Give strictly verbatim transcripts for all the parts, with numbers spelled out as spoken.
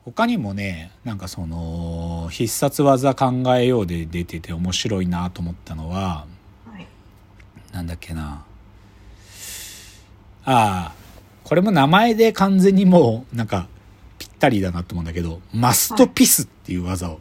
他にもね、なんかその必殺技考えようで出てて面白いなと思ったのは、 はい、 なんだっけなああこれも名前で完全にもうなんかぴったりだなと思うんだけど、マストピスっていう技を、はい、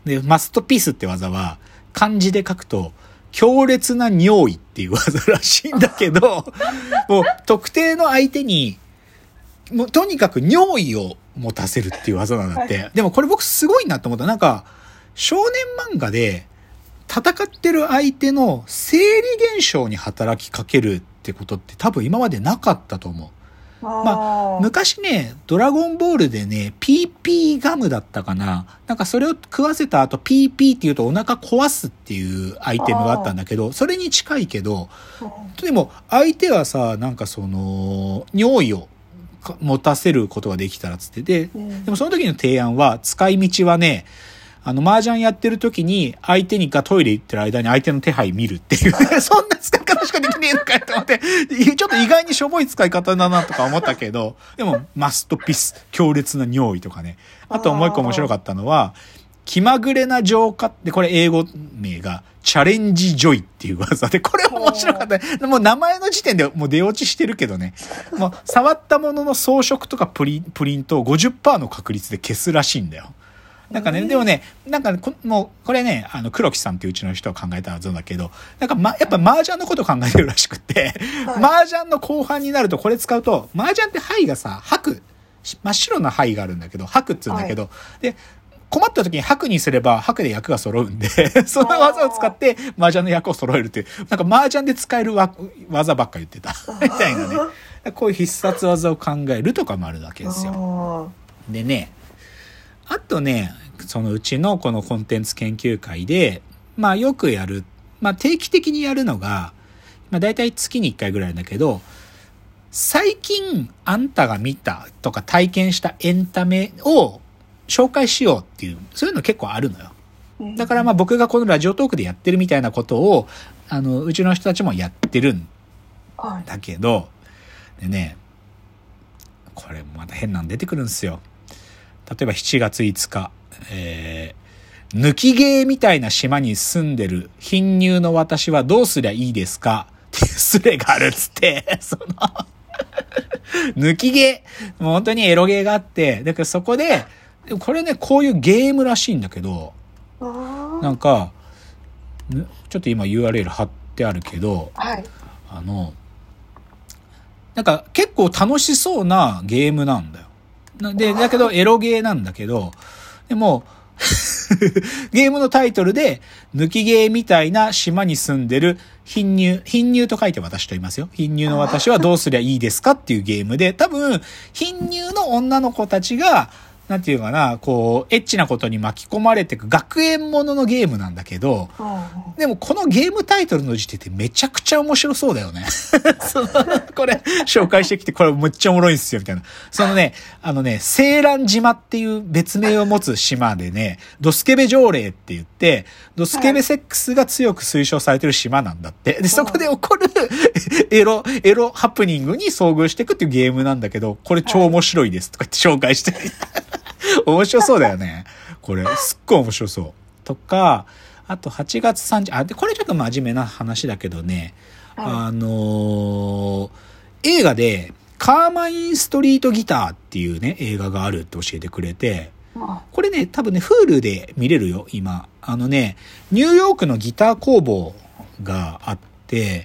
でマストピスって技は漢字で書くと強烈な尿意っていう技らしいんだけどもう特定の相手にもうとにかく尿意を持たせるっていう技なんだって、はい、でもこれ僕すごいなと思った。なんか少年漫画で戦ってる相手の生理現象に働きかけるってことって多分今までなかったと思う。 あまあ、昔ね、ドラゴンボールでね、ピーピー ガムだったかな。なんかそれを食わせた後、ピーピー って言うとお腹壊すっていうアイテムがあったんだけど、それに近いけど、でも相手はさ、なんかその、尿意を持たせることができたらっつってて、でもその時の提案は、使い道はね、あの、麻雀やってる時に、相手にがトイレ行ってる間に相手の手配見るっていう、そんな使い方しかできねえのかよと思って、ちょっと意外にしょぼい使い方だなとか思ったけど、でも、マストピス、強烈な尿意とかね。あともう一個面白かったのは、気まぐれな浄化って、これ英語名が、チャレンジジョイっていう技で、これ面白かったね。もう名前の時点でもう出落ちしてるけどね。もう触ったものの装飾とかプリ、プリントを ごじゅっパーセント の確率で消すらしいんだよ。なんかね、でもね、なんかこもう、これね、あの、黒木さんっていううちの人が考えたはずなんだけど、なんかま、やっぱ麻雀のことを考えてるらしくって、はい、麻雀の後半になるとこれ使うと、麻雀って牌がさ、白、真っ白な牌があるんだけど、白っつうんだけど、はい、で、困った時に白にすれば白で役が揃うんで、その技を使って麻雀の役を揃えるっていう、なんか麻雀で使える技ばっか言ってた、みたいなね。こういう必殺技を考えるとかもあるわけですよ。でね、あとね、そのうちのこのコンテンツ研究会で、まあよくやる、まあ定期的にやるのが、まあ大体月にいっかいぐらいだけど、最近あんたが見たとか体験したエンタメを紹介しようっていう、そういうの結構あるのよ。だからまあ僕がこのラジオトークでやってるみたいなことを、あの、うちの人たちもやってるんだけど、でね、これまた変なの出てくるんですよ。例えばしちがついつか、えー、抜きゲーみたいな島に住んでる貧乳の私はどうすりゃいいですかっていうスレがあるっつって、その、抜きゲー、もう本当にエロゲーがあって、だからそこで、これね、こういうゲームらしいんだけど、なんか、ちょっと今 ユーアールエル 貼ってあるけど、 はい、 あの、なんか結構楽しそうなゲームなんだよ。で、だけどエロゲーなんだけど、でも、ゲームのタイトルで、抜きゲーみたいな島に住んでる貧乳、貧乳と書いて私と言いますよ。貧乳の私はどうすりゃいいですかっていうゲームで、多分、貧乳の女の子たちが、なんていうかな、こう、エッチなことに巻き込まれていく学園もののゲームなんだけど、でもこのゲームタイトルの時点でめちゃくちゃ面白そうだよね。そのこれ、紹介してきて、これめっちゃおもろいんすよ、みたいな。そのね、あのね、青蘭島っていう別名を持つ島でね、ドスケベ条例って言って、ドスケベセックスが強く推奨されてる島なんだって。で、そこで起こるエロ、エロハプニングに遭遇していくっていうゲームなんだけど、これ超面白いですとか言って紹介してる。面白そうだよね。これ、すっごい面白そう。とか、あとはちがつさんじゅう、あ、で、これちょっと真面目な話だけどね、あのー、映画で、カーマインストリートギターっていうね、映画があるって教えてくれて、これね、多分ね、Hulu で見れるよ、今。あのね、ニューヨークのギター工房があって、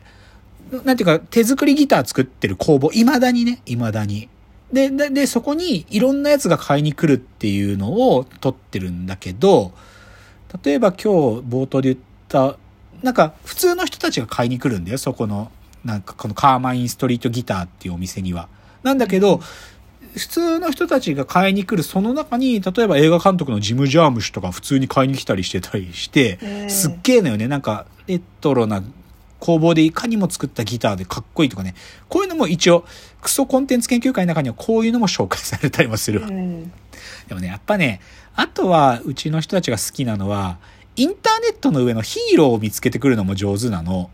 なんていうか、手作りギター作ってる工房、未だにね、未だに。で、で、で、そこにいろんなやつが買いに来るっていうのを撮ってるんだけど、例えば今日冒頭で言った、なんか普通の人たちが買いに来るんだよ、そこの、なんかこのカーマインストリートギターっていうお店には。なんだけど、普通の人たちが買いに来るその中に、例えば映画監督のジム・ジャームシュとか普通に買いに来たりしてたりして、すっげえのよね、なんかレトロな、工房でいかにも作ったギターでかっこいいとかね。こういうのも一応、クソコンテンツ研究会の中にはこういうのも紹介されたりもする。うん、でもね、やっぱね、あとはうちの人たちが好きなのは、インターネットの上のヒーローを見つけてくるのも上手なの。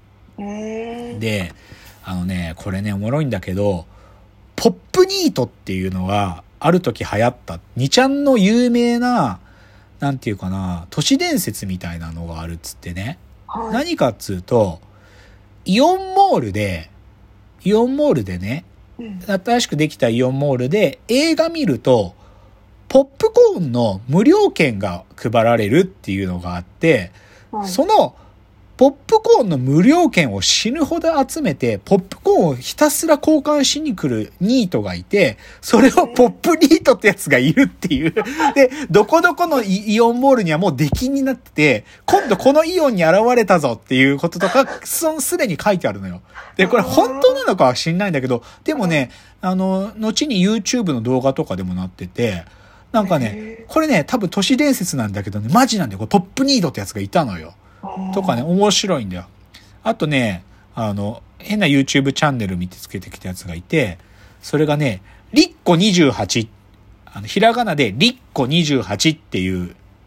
で、あのね、これね、おもろいんだけど、ポップニートっていうのは、 ある時流行った。にちゃんの有名な、なんていうかな、都市伝説みたいなのがあるっつってね。はい、何かっつうと、イオンモールで、イオンモールでね、うん、新しくできたイオンモールで映画見ると、ポップコーンの無料券が配られるっていうのがあって、はい、そのポップコーンの無料券を死ぬほど集めて、ポップコーンをひたすら交換しに来るニートがいて、それをポップニートってやつがいるっていう。で、どこどこのイオンモールにはもう出禁になってて、今度このイオンに現れたぞっていうこととか、そのすでに書いてあるのよ。で、これ本当なのかは知んないんだけど、でもね、あの、後に YouTube の動画とかでもなってて、なんかね、これね、多分都市伝説なんだけどね、マジなんだよ。これポップニートってやつがいたのよ。とかね、面白いんだよ。あとね、あの、変な YouTube チャンネル見てつけてきたやつがいて、それがね、リッコにじゅうはち、あの、ひらがなでリッコにじゅうはちっていう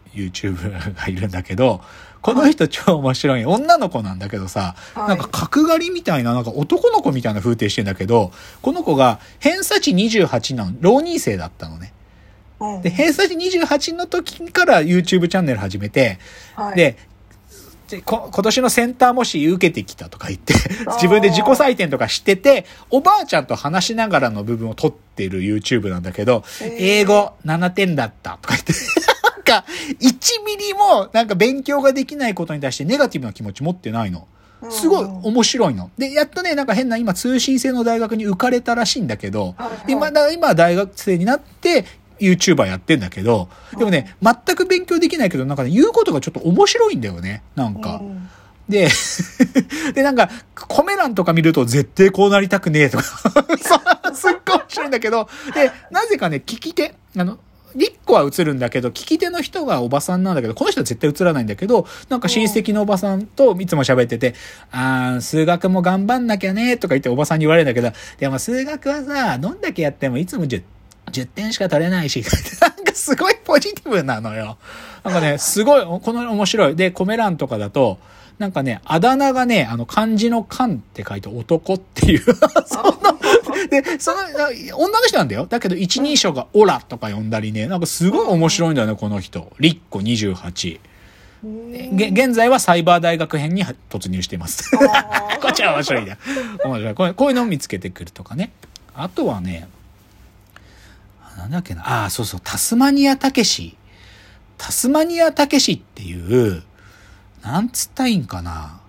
YouTube がいるんだけど、この人超面白い。女の子なんだけどさ、なんか角刈りみたいな、なんか男の子みたいな風景してんだけど、この子が偏差値にじゅうはちの浪人生だったのね。で、偏差値にじゅうはちの時から YouTube チャンネル始めて、はい、で、今年のセンター模試受けてきたとか言って、自分で自己採点とかしてて、おばあちゃんと話しながらの部分を撮ってる YouTube なんだけど、英語ななてんだったとか言って、なんかいちミリもなんか勉強ができないことに対してネガティブな気持ち持ってないの。すごい面白いの。で、やっとね、なんか変な今通信制の大学に受かれたらしいんだけど、今、今大学生になって、YouTuber やってんだけど、でもね、全く勉強できないけど、なんかね、言うことがちょっと面白いんだよね。なんか。で、で、なんか、コメ欄とか見ると絶対こうなりたくねえとか、すっごい面白いんだけど、で、なぜかね、聞き手、あの、リッコは映るんだけど、聞き手の人がおばさんなんだけど、この人は絶対映らないんだけど、なんか親戚のおばさんといつも喋ってて、あー、数学も頑張んなきゃね、とか言っておばさんに言われるんだけど、でも数学はさ、どんだけやってもいつもじゅうてんしか取れないし、なんかすごいポジティブなのよ。なんかね、すごい、この面白い。で、コメ欄とかだと、なんかね、あだ名がね、あの、漢字の漢って書いて男っていう、その、で、その、女の人なんだよ。だけど一人称がオラとか呼んだりね、なんかすごい面白いんだよね、この人。リッコにじゅうはち。現在はサイバー大学編に突入しています。こっちは面白いな。面白い。こういう、こういうのを見つけてくるとかね。あとはね、なんだっけな。ああ、そうそう。タスマニアたけし。タスマニアたけしっていう、なんつったらいいんかな。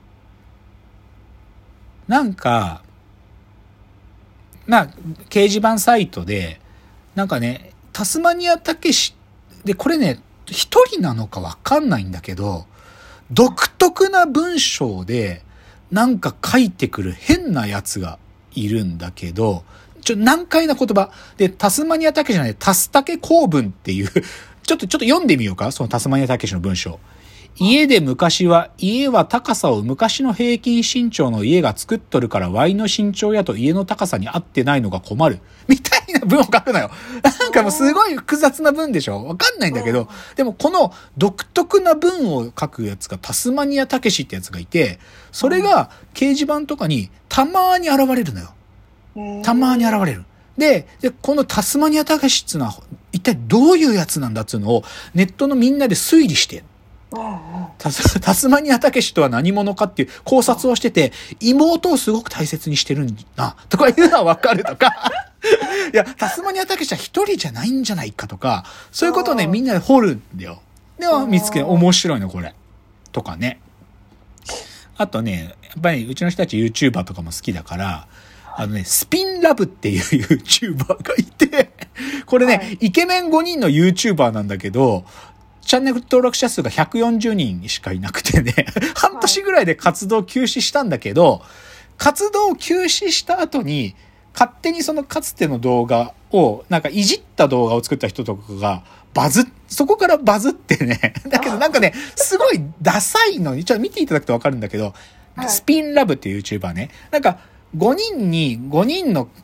なんか、まあ、掲示板サイトで、なんかね、タスマニアたけし、で、これね、一人なのかわかんないんだけど、独特な文章で、なんか書いてくる変なやつがいるんだけど、ちょ、難解な言葉。で、タスマニアたけしじゃない、タスタケ公文っていう、ちょっと、ちょっと読んでみようか、そのタスマニアたけしの文章。家で昔は、家は高さを昔の平均身長の家が作っとるから Y の身長やと家の高さに合ってないのが困る。みたいな文を書くのよ。なんかもうすごい複雑な文でしょ？わかんないんだけど、でもこの独特な文を書くやつがタスマニアたけしってやつがいて、それが掲示板とかにたまーに現れるのよ。たまーに現れる。で、で、このタスマニアたけしっていうのは一体どういうやつなんだっていうのをネットのみんなで推理して、タス、タスマニアたけしとは何者かっていう考察をしてて、妹をすごく大切にしてるんだ、とかいうのはわかるとか。いや、タスマニアたけしは一人じゃないんじゃないかとか、そういうことをね、みんなで掘るんだよ。では見つけ、面白いの、これ。とかね。あとね、やっぱりうちの人たち YouTuber とかも好きだから、あのね、スピンラブっていう YouTuber がいて、これね、はい、イケメンごにんの YouTuber なんだけど、チャンネル登録者数がひゃくよんじゅうにんしかいなくてね、半年ぐらいで活動休止したんだけど、活動休止した後に、勝手にそのかつての動画を、なんかいじった動画を作った人とかが、バズっ、そこからバズってね、だけどなんかね、すごいダサいのに、ちょっと見ていただくとわかるんだけど、スピンラブっていう YouTuber ね、なんかごにんにごにんの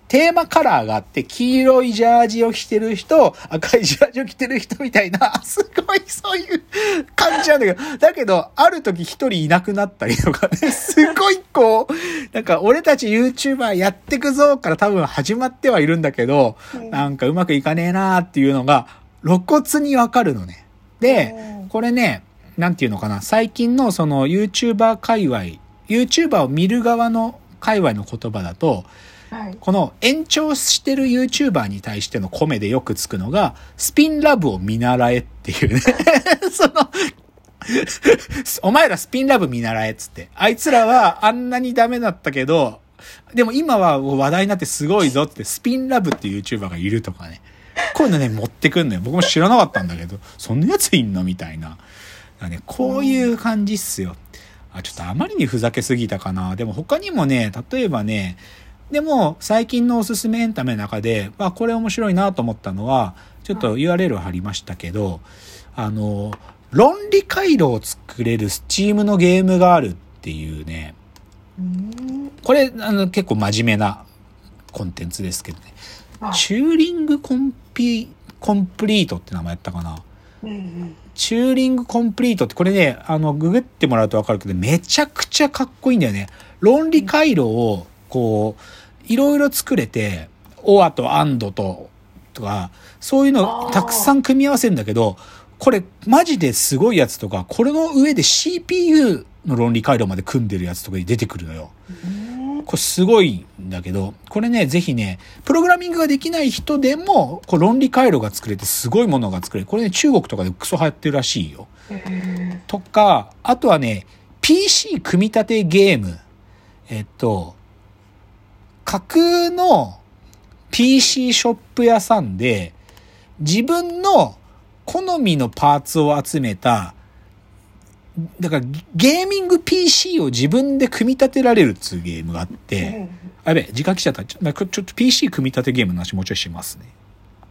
テーマカラーがあって、黄色いジャージを着てる人、赤いジャージを着てる人みたいな、すごいそういう感じなんだけど、だけど、ある時一人いなくなったりとかね、すごいこう、なんか俺たち YouTuber やってくぞから多分始まってはいるんだけど、なんかうまくいかねえなーっていうのが露骨にわかるのね。で、これね、なんていうのかな、最近のその YouTuber 界隈、YouTuber を見る側の界隈の言葉だと、はい、この延長してる YouTuber に対してのコメでよくつくのが、スピンラブを見習えっていうね。その、お前らスピンラブ見習えっつって。あいつらはあんなにダメだったけど、でも今は話題になってすごいぞって、スピンラブっていう YouTuber がいるとかね。こういうのね、持ってくんのよ。僕も知らなかったんだけど、そんなやついんのみたいな。だからね、こういう感じっすよ。あ、ちょっとあまりにふざけすぎたかな。でも他にもね、例えばね、でも最近のおすすめエンタメの中で、まあこれ面白いなと思ったのは、ちょっと ユーアールエル を貼りましたけど、あの、論理回路を作れるスチームのゲームがあるっていうね、これあの結構真面目なコンテンツですけどね、チューリングコンピ、コンプリートって名前やったかな。チューリングコンプリートってこれね、あの、ググってもらうとわかるけど、めちゃくちゃかっこいいんだよね。論理回路を、こう、いろいろ作れて、オアとアンドと、とか、そういうのをたくさん組み合わせるんだけど、これ、マジですごいやつとか、これの上で シーピーユー の論理回路まで組んでるやつとかに出てくるのよ。これすごいんだけど、これね、ぜひね、プログラミングができない人でも、こう論理回路が作れてすごいものが作れる。これね、中国とかでクソ流行ってるらしいよ。とか、あとはね、ピーシー 組み立てゲーム。えっと、架空の ピーシー ショップ屋さんで、自分の好みのパーツを集めた、だからゲーミング ピーシー を自分で組み立てられるっていうゲームがあって、あやべ、時間来ちゃった。ちょっと ピーシー 組み立てゲームの話もうちょいしますね。